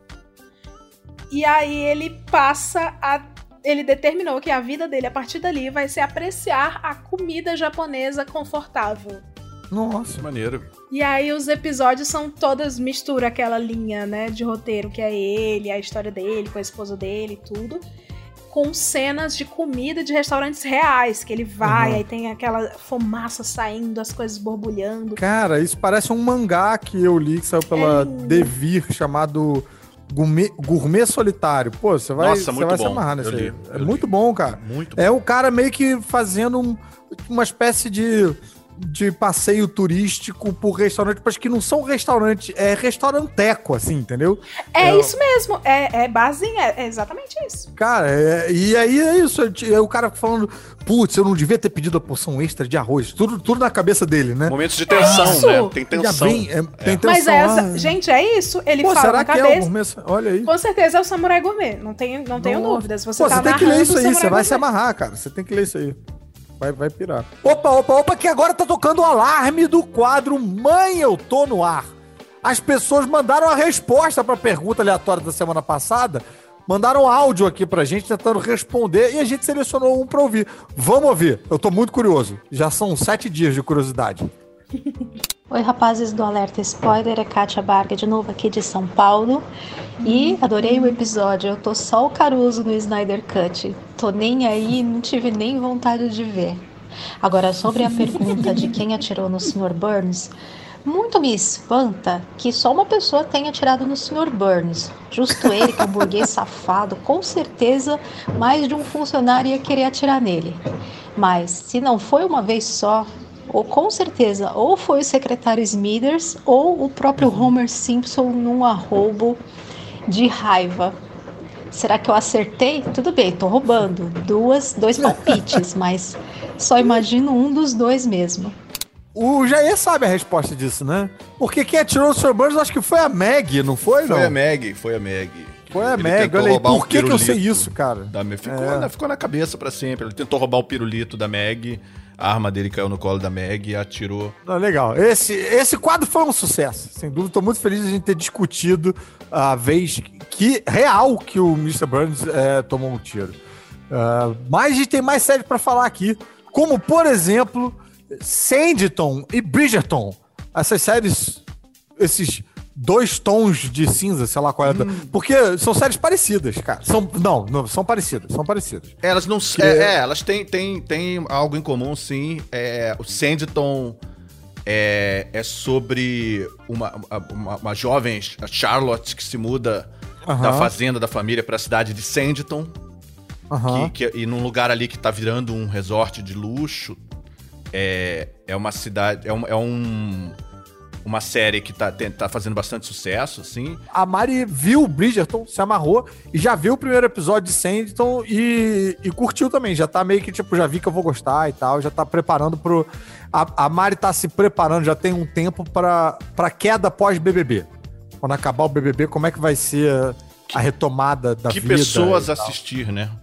E aí ele passa a... Ele determinou que a vida dele, a partir dali, vai ser apreciar a comida japonesa confortável. Nossa, maneiro. E aí os episódios são todas, mistura aquela linha, né, de roteiro, que é ele, a história dele, com a esposa dele e tudo, com cenas de comida de restaurantes reais, que ele vai, uhum. aí tem aquela fumaça saindo, as coisas borbulhando. Cara, isso parece um mangá que eu li, que saiu pela é Devir, chamado Gourmet, Gourmet Solitário. Pô, você vai, Nossa, você vai se amarrar nesse aí. É li. muito bom, cara. Muito bom. É o cara meio que fazendo um, uma espécie de... de passeio turístico por restaurantes, mas que não são restaurantes, é restauranteco, assim, entendeu? É, é isso mesmo, é, é basinha, é exatamente isso. Cara, é, e aí é isso, é o cara falando, putz, eu não devia ter pedido a porção extra de arroz, tudo, tudo na cabeça dele, né? Momentos de tensão, é né? Tem tensão. Bem, é, tem é. tensão. Mas é, ah, gente, é isso, ele pô, fala será na que cabeça. É o gourmet? Olha aí. Com certeza é o Samurai Gourmet, não tenho, não tenho dúvidas. Você, pô, tá você tem que ler isso aí, você vai Gourmet. se amarrar, cara, você tem que ler isso aí. Vai, vai pirar. Opa, opa, opa, que agora tá tocando o alarme do quadro Mãe, Eu Tô No Ar. As pessoas mandaram a resposta pra pergunta aleatória da semana passada, mandaram áudio aqui pra gente tentando responder e a gente selecionou um pra ouvir. Vamos ouvir, eu tô muito curioso. Já são sete dias de curiosidade. Oi, rapazes do Alerta Spoiler, é Kátia Barga de novo aqui de São Paulo e adorei o episódio, eu tô só o Caruso no Snyder Cut, tô nem aí, não tive nem vontade de ver. Agora, sobre a pergunta de quem atirou no senhor Burns, Muito me espanta que só uma pessoa tenha atirado no senhor Burns. Justo ele, que é um burguês safado, com certeza mais de um funcionário ia querer atirar nele. Mas se não foi uma vez só, ou com certeza ou foi o secretário Smithers ou o próprio Homer Simpson num arroubo de raiva. Será que eu acertei? Tudo bem, tô roubando. Duas, dois palpites, mas só imagino um dos dois mesmo. O Jair sabe a resposta disso, né? Porque quem atirou no senhor Burns, acho que foi a Meg, não foi, não? Foi a Meg, foi a Meg. Foi a Ele Meg, tentou olha aí, roubar por um que, que eu sei pirulito isso, cara? Da Meg. Ficou, É. na, ficou na cabeça pra sempre. Ele tentou roubar o pirulito da Meg, a arma dele caiu no colo da Meg e atirou. Não, legal. Esse, esse quadro foi um sucesso. Sem dúvida, tô muito feliz de a gente ter discutido a vez que, real que o mister Burns é, tomou um tiro. Uh, mas a gente tem mais séries pra falar aqui, como, por exemplo, Sanditon e Bridgerton. Essas séries, esses dois tons de cinza, sei lá qual é. Hum. Porque são séries parecidas, cara. São, não, não, são parecidas, são parecidas. Elas não... Que... É, é, elas têm, têm, têm algo em comum, sim. É, o Sanditon é, é sobre uma, uma, uma jovem, a Charlotte, que se muda uh-huh. da fazenda da família pra cidade de Sanditon. Uh-huh. Que, que, e num lugar ali que tá virando um resort de luxo. É, é uma cidade... É um... É um uma série que tá, tá fazendo bastante sucesso, assim. A Mari viu o Bridgerton, se amarrou e já viu o primeiro episódio de Sanditon e, e curtiu também. Já tá meio que, tipo, já vi que eu vou gostar e tal. Já tá preparando pro... A, a Mari tá se preparando, já tem um tempo pra, pra queda pós-B B B. Quando acabar o B B B, como é que vai ser a retomada da que vida? Que pessoas assistir, né?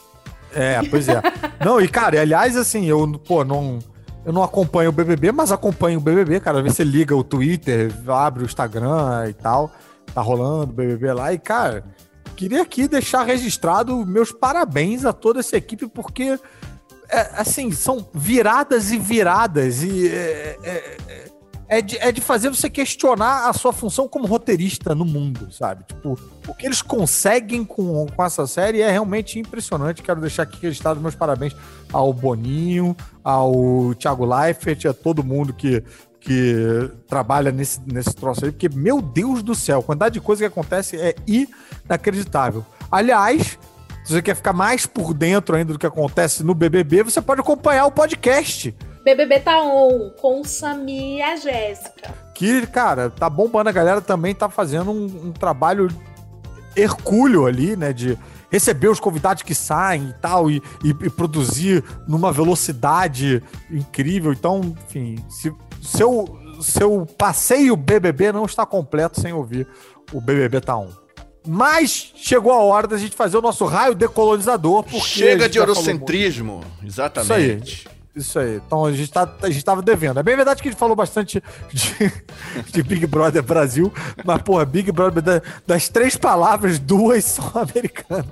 É, pois é. Não, e cara, aliás, assim, eu, pô, não... Eu não acompanho o B B B, mas acompanho o B B B, cara. Às vezes você liga o Twitter, abre o Instagram e tal. Tá rolando o B B B lá. E, cara, queria aqui deixar registrado meus parabéns a toda essa equipe, porque, é, assim, são viradas e viradas. E é, é, é, de, é de fazer você questionar a sua função como roteirista no mundo, sabe? Tipo, o que eles conseguem com, com essa série é realmente impressionante. Quero deixar aqui registrado meus parabéns ao Boninho, ao Thiago Leifert, a todo mundo que, que trabalha nesse, nesse troço aí, porque, meu Deus do céu, a quantidade de coisa que acontece é inacreditável. Aliás, se você quer ficar mais por dentro ainda do que acontece no B B B, você pode acompanhar o podcast B B B Tá On, com o Samir e a Jéssica. Que, cara, tá bombando, a galera também tá fazendo um, um trabalho hercúleo ali, né, de receber os convidados que saem e tal, e, e, e produzir numa velocidade incrível. Então, enfim, se seu, seu passeio B B B não está completo sem ouvir o B B B Tá On. Mas chegou a hora da gente fazer o nosso raio decolonizador. Porque chega de eurocentrismo, exatamente. Isso aí. Isso aí. Então a gente, tá, a gente tava devendo. É bem verdade que a gente falou bastante de, de Big Brother Brasil, mas, porra, Big Brother, da, das três palavras, duas são americanas.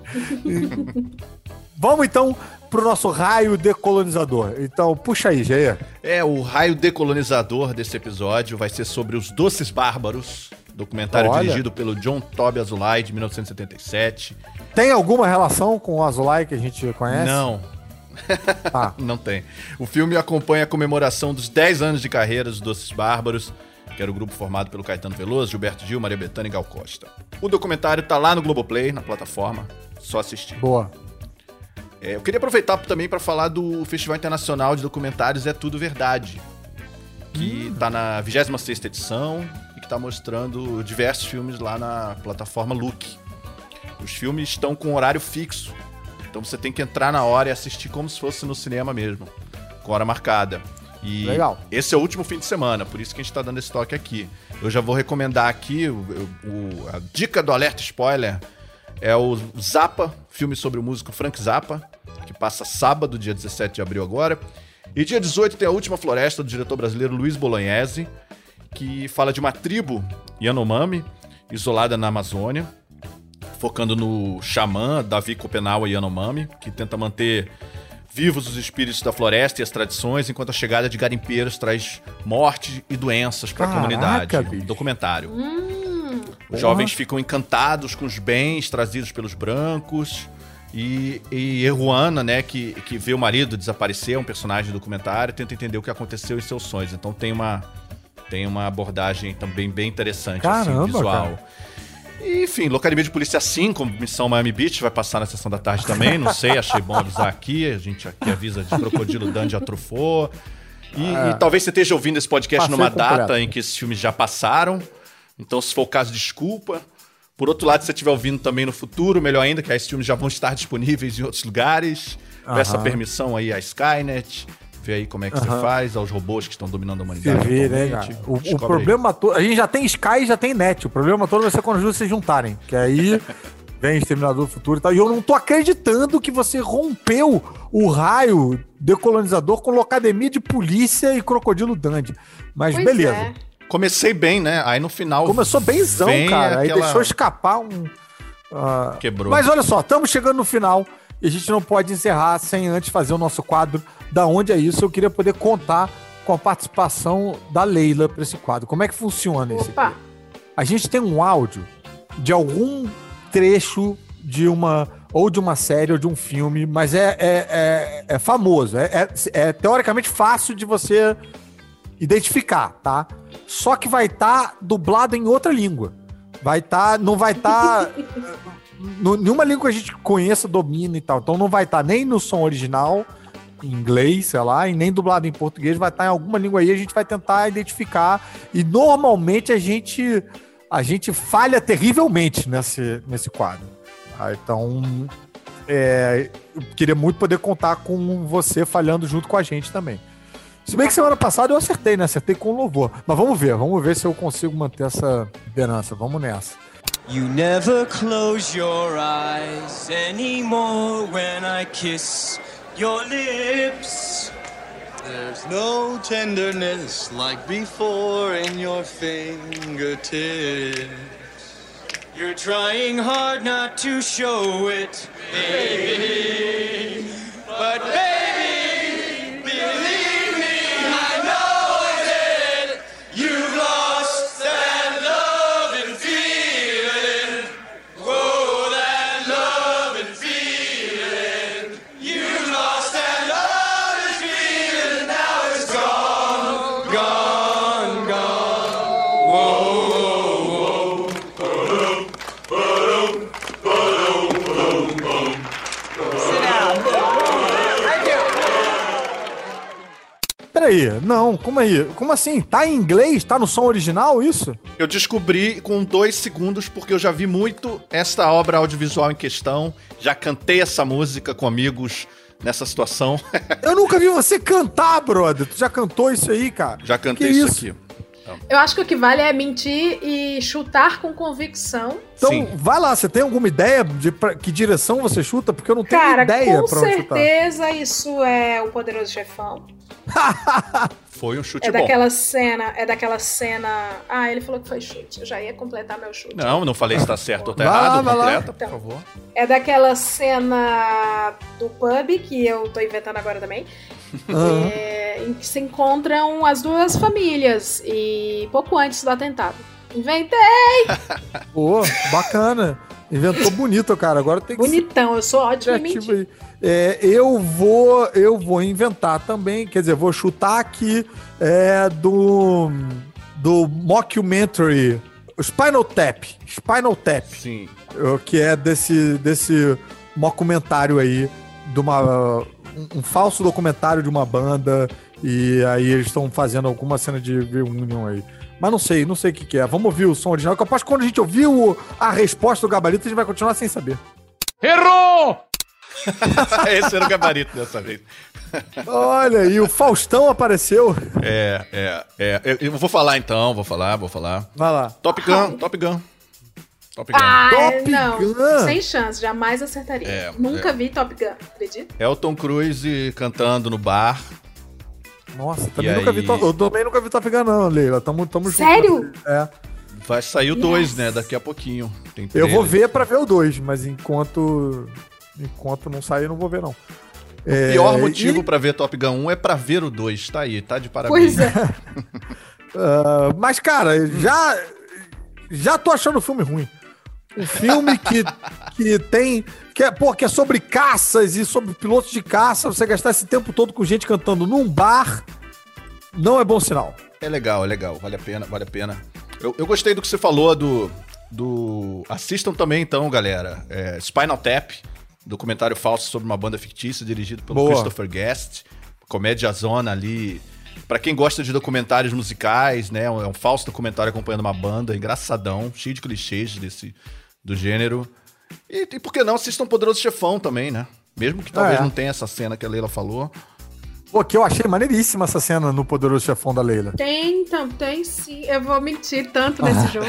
Vamos então pro nosso raio decolonizador. Então, puxa aí, Jair. É, o raio decolonizador desse episódio vai ser sobre Os Doces Bárbaros, documentário Olha. dirigido pelo John Toby Azulay, de mil novecentos e setenta e sete. Tem alguma relação com o Azulay que a gente conhece? Não. Ah. Não tem. O filme acompanha a comemoração dos dez anos de carreira dos Doces Bárbaros, que era o grupo formado pelo Caetano Veloso, Gilberto Gil, Maria Bethânia e Gal Costa. O documentário tá lá no Globoplay, na plataforma, só assistir. Boa. É, eu queria aproveitar também para falar do Festival Internacional de Documentários É Tudo Verdade, que hum. tá na vigésima sexta edição e que tá mostrando diversos filmes lá na plataforma Look. Os filmes estão com horário fixo, então você tem que entrar na hora e assistir como se fosse no cinema mesmo, com hora marcada. E legal. Esse é o último fim de semana, por isso que a gente tá dando esse toque aqui. Eu já vou recomendar aqui, o, o, a dica do alerta spoiler é o Zappa, filme sobre o músico Frank Zappa, que passa sábado, dia dezessete de abril agora. E dia dezoito tem A Última Floresta, do diretor brasileiro Luiz Bolognese, que fala de uma tribo Yanomami, isolada na Amazônia, focando no xamã Davi Copenaua Yanomami, que tenta manter vivos os espíritos da floresta e as tradições, enquanto a chegada de garimpeiros traz morte e doenças para a comunidade. Um documentário. Hum, os jovens ficam encantados com os bens trazidos pelos brancos. E, e Juana, né, que, que vê o marido desaparecer, é um personagem do documentário, tenta entender o que aconteceu em seus sonhos. Então tem uma, Tem uma abordagem também bem interessante, Caramba, assim, visual. cara. E, enfim, Locademia de Polícia cinco, Missão Miami Beach, vai passar na sessão da tarde também, não sei, achei bom avisar aqui, a gente aqui avisa de Crocodilo Dundee a Truffaut. E, É. e talvez você esteja ouvindo esse podcast Passei numa completo. data em que esses filmes já passaram, então se for o caso, desculpa. Por outro lado, se você estiver ouvindo também no futuro, melhor ainda, que aí esses filmes já vão estar disponíveis em outros lugares. Aham. Peça permissão aí à Skynet, vê aí como é que Aham. você faz, aos robôs que estão dominando a Você humanidade. vê, né, atualmente. cara? O, o Descobre aí. problema todo. A gente já tem Sky e já tem Net. O problema todo vai ser quando as duas se juntarem. Que aí vem Exterminador do Futuro e tal. E eu não tô acreditando que você rompeu o raio decolonizador com Locademia de Polícia e Crocodilo Dundee. Mas Pois beleza. é. Comecei bem, né? Aí no final. Começou benzão, vem cara. Aí aquela- deixou escapar um. ah, Quebrou. Mas olha só, estamos chegando no final e a gente não pode encerrar sem antes fazer o nosso quadro Da Onde é Isso. Eu queria poder contar com a participação da Leila para esse quadro. Como é que funciona esse Opa. aqui? A gente tem um áudio de algum trecho de uma ou de uma série ou de um filme, mas é, é, é, é famoso, é, é, é teoricamente fácil de você identificar, tá? Só que vai estar dublado em outra língua. Vai estar, não vai estar nenhuma língua que a gente conheça, domina e tal. Então não vai estar nem no som original em inglês, sei lá, e nem dublado em português, vai estar em alguma língua aí, a gente vai tentar identificar. E normalmente a gente a gente falha terrivelmente nesse, nesse quadro. Ah, então, é, eu queria muito poder contar com você falhando junto com a gente também. Se bem que semana passada eu acertei, né? Acertei com louvor. Mas vamos ver, vamos ver se eu consigo manter essa liderança. Vamos nessa. You never close your eyes anymore when I kiss your lips. There's no tenderness like before in your fingertips. You're trying hard not to show it, baby. But baby, believe me, I know that you've lost that love and feeling. Oh, that love and feeling. You've lost that love and feeling. Now it's gone, gone, gone. Whoa, whoa, whoa. Peraí, não, como aí? Como assim? Tá em inglês? Tá no som original isso? Eu descobri com dois segundos, porque eu já vi muito esta obra audiovisual em questão. Já cantei essa música com amigos nessa situação. Eu nunca vi você cantar, brother. Tu já cantou isso aí, cara? Já cantei Que isso, isso? aqui. Eu acho que o que vale é mentir e chutar com convicção. Então, Sim. vai lá, você tem alguma ideia de pra que direção você chuta? Porque eu não tenho Cara, ideia com pra onde chutar. certeza isso é o Poderoso Chefão. Foi um chute É bom. daquela cena, é daquela cena... Ah, ele falou que foi chute. Eu já ia completar meu chute. Não, não falei se tá certo ou tá Vai lá, errado. vai lá. Completa, por Então. favor. É daquela cena do pub, que eu tô inventando agora também, Aham. é, em que se encontram as duas famílias, e pouco antes do atentado. Inventei! Pô, bacana. Inventou bonito, cara. Agora tem que ser Bonitão, eu sou ótima em criativo mentir. aí. É, eu vou eu vou inventar também, quer dizer, vou chutar aqui é, do do mockumentary, o Spinal Tap, Spinal Tap, Sim. o que é desse desse mockumentário aí de uma um, um falso documentário de uma banda, e aí eles estão fazendo alguma cena de reunion aí. Mas não sei, não sei o que, que é. Vamos ouvir o som original, que eu aposto que quando a gente ouvir o- a resposta do gabarito, a gente vai continuar sem saber. Esse era o gabarito dessa vez. Olha aí, o Faustão apareceu. É, é, é. Eu, eu vou falar então, vou falar, vou falar. Vai lá. Top Gun, Top Gun. Top Gun. Ah, Top não, Gun? sem chance, jamais acertaria. É, Nunca é. vi Top Gun, acredita? Elton Cruise cantando no bar. Nossa, também E nunca aí? vi Top Eu também nunca vi Top Gun, não, Leila. Tamo, tamo junto. Sério? É. Vai sair o dois, né? Daqui a pouquinho. Tem Eu vou trailer. ver pra ver o dois, mas enquanto. Enquanto não sair, eu não vou ver, não. É, O pior motivo e- pra ver Top Gun um é pra ver o dois. Tá aí, tá de parabéns. Pois é. Ah, mas, cara, já. Já tô achando o filme ruim. Um filme que, que tem. Que é, pô, que é sobre caças e sobre pilotos de caça. Você gastar esse tempo todo com gente cantando num bar. Não é bom sinal. É legal, é legal. Vale a pena, vale a pena. Eu, eu gostei do que você falou do... do... Assistam também, então, galera. É, Spinal Tap, documentário falso sobre uma banda fictícia, dirigido pelo Boa. Christopher Guest. Comédia zona ali. Pra quem gosta de documentários musicais, né? É um falso documentário acompanhando uma banda, engraçadão, cheio de clichês desse, do gênero. E, e por que não assistam Poderoso Chefão também, né? Mesmo que talvez É. não tenha essa cena que a Leila falou. Pô, que eu achei maneiríssima essa cena no Poderoso Chefão da Leila. Tem, então, tem sim. Eu vou mentir tanto nesse jogo.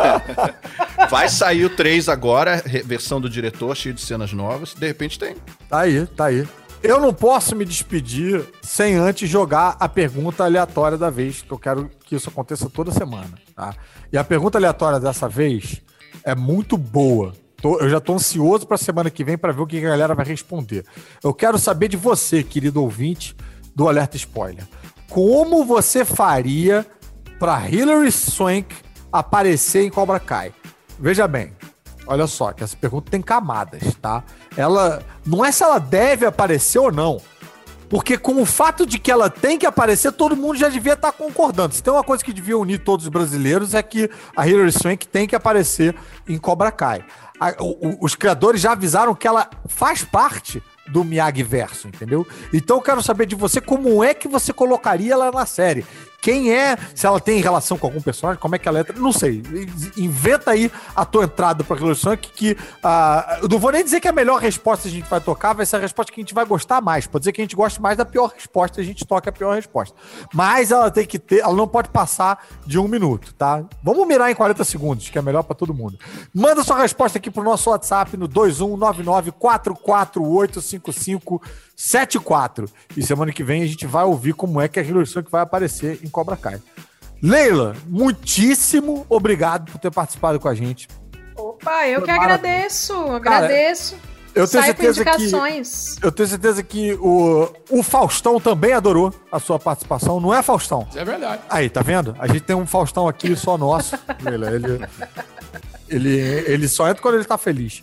Vai sair o três agora, re- versão do diretor, cheio de cenas novas. De repente tem. Tá aí, tá aí. Eu não posso me despedir sem antes jogar a pergunta aleatória da vez, que eu quero que isso aconteça toda semana, tá? E a pergunta aleatória dessa vez é muito boa. Tô- eu já tô ansioso pra semana que vem pra ver o que a galera vai responder. Eu quero saber de você, querido ouvinte do Alerta Spoiler. Como você faria pra Hilary Swank aparecer em Cobra Kai? Veja bem, olha só, que essa pergunta tem camadas, tá? Ela não é se ela deve aparecer ou não. Porque com o fato de que ela tem que aparecer, todo mundo já devia estar concordando. Se tem uma coisa que devia unir todos os brasileiros é que a Hilary Swank tem que aparecer em Cobra Kai. A- o- o- os criadores já avisaram que ela faz parte do Miyagi-verso, entendeu? Então eu quero saber de você como é que você colocaria ela na série. Quem é, se ela tem relação com algum personagem, como é que ela entra, não sei. Inventa aí a tua entrada pra Hilary Swank que, ah, eu não vou nem dizer que a melhor resposta que a gente vai tocar vai ser a resposta que a gente vai gostar mais. Pode dizer que a gente goste mais da pior resposta, a gente toca a pior resposta. Mas ela tem que ter, ela não pode passar de um minuto, tá? Vamos mirar em quarenta segundos, que é melhor pra todo mundo. Manda sua resposta aqui pro nosso WhatsApp no dois um nove nove quatro quatro oito cinco cinco sete quatro. E semana que vem a gente vai ouvir como é que a Hilary Swank vai aparecer em Cobra Kai. Leila, muitíssimo obrigado por ter participado com a gente. Opa, eu Foi que maravilhoso. agradeço. Agradeço. Eu tenho Saio com certeza que indicações. eu tenho certeza que o, o Faustão também adorou a sua participação, não é, Faustão? É verdade. Aí, tá vendo? A gente tem um Faustão aqui só nosso. Leila. Ele, ele, ele só entra quando ele tá feliz.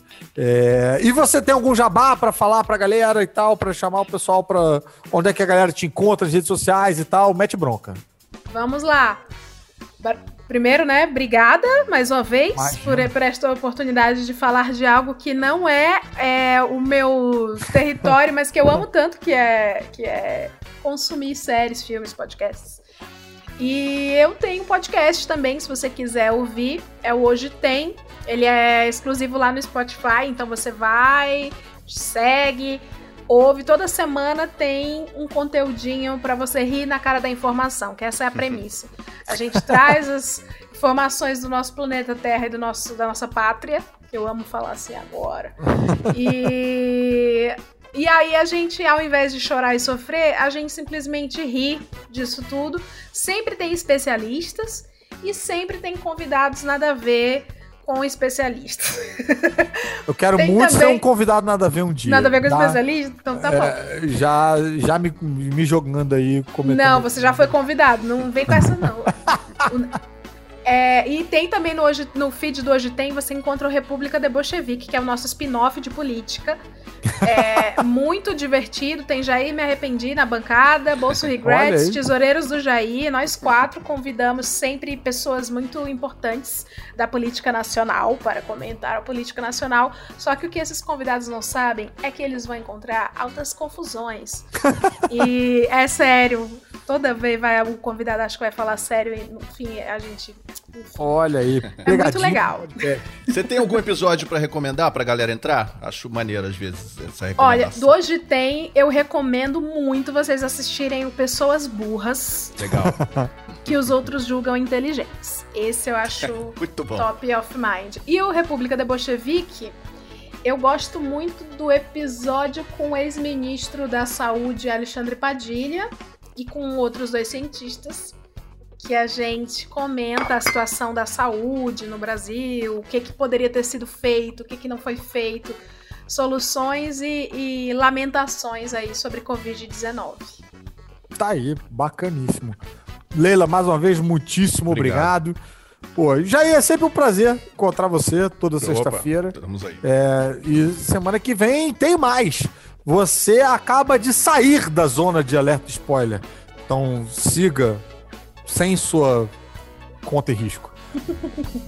É, e você tem algum jabá pra falar pra galera e tal, pra chamar o pessoal pra onde é que a galera te encontra, nas redes sociais e tal? Mete bronca. Vamos lá. Ba- Primeiro, né, obrigada mais uma vez Imagina. por, por esta oportunidade de falar de algo que não é, é o meu território, mas que eu amo tanto, que é, que é consumir séries, filmes, podcasts. E eu tenho um podcast também, se você quiser ouvir, é o Hoje Tem. Ele é exclusivo lá no Spotify, então você vai, segue, ouve. Toda semana tem um conteúdinho pra você rir na cara da informação, que essa é a premissa. A gente traz as informações do nosso planeta Terra e do nosso, da nossa pátria, que eu amo falar assim agora. E... E aí a gente, ao invés de chorar e sofrer, a gente simplesmente ri disso tudo. Sempre tem especialistas e sempre tem convidados nada a ver com especialistas. Eu quero Tem muito ser também- um convidado nada a ver um dia. Nada a ver com Tá? especialista? Então tá bom. É, já já me, me jogando aí. Comentando. Não, você já foi convidado, não vem com essa não. O- é, e tem também no, hoje, no feed do Hoje Tem, você encontra o República de Bolchevique, que é o nosso spin-off de política. É muito divertido, tem Jair Me Arrependi na bancada, Bolso Olha Regrets, aí. Tesoureiros do Jair. Nós quatro convidamos sempre pessoas muito importantes da política nacional para comentar a política nacional. Só que o que esses convidados não sabem é que eles vão encontrar altas confusões. E é sério, toda vez vai um convidado, acho que vai falar sério, e no fim a gente. enfim. Olha aí. É muito legal. Você tem algum episódio pra recomendar pra galera entrar? Acho maneiro, às vezes, essa Olha, recomendação. do Hoje Tem, eu recomendo muito vocês assistirem o Pessoas Burras, Legal. que os outros julgam inteligentes. Esse eu acho Muito bom. top of mind. E o República de Bolchevique, eu gosto muito do episódio com o ex-ministro da Saúde, Alexandre Padilha, e com outros dois cientistas, que a gente comenta a situação da saúde no Brasil, o que, que poderia ter sido feito, o que, que não foi feito, soluções e, e lamentações aí sobre covid dezenove. Tá aí, bacaníssimo. Leila, mais uma vez, muitíssimo obrigado. Obrigado. Pô, já é sempre um prazer encontrar você toda Opa, sexta-feira. Estamos aí. É, e semana que vem tem mais. Você acaba de sair da zona de alerta spoiler. Então siga, sem sua conta e risco.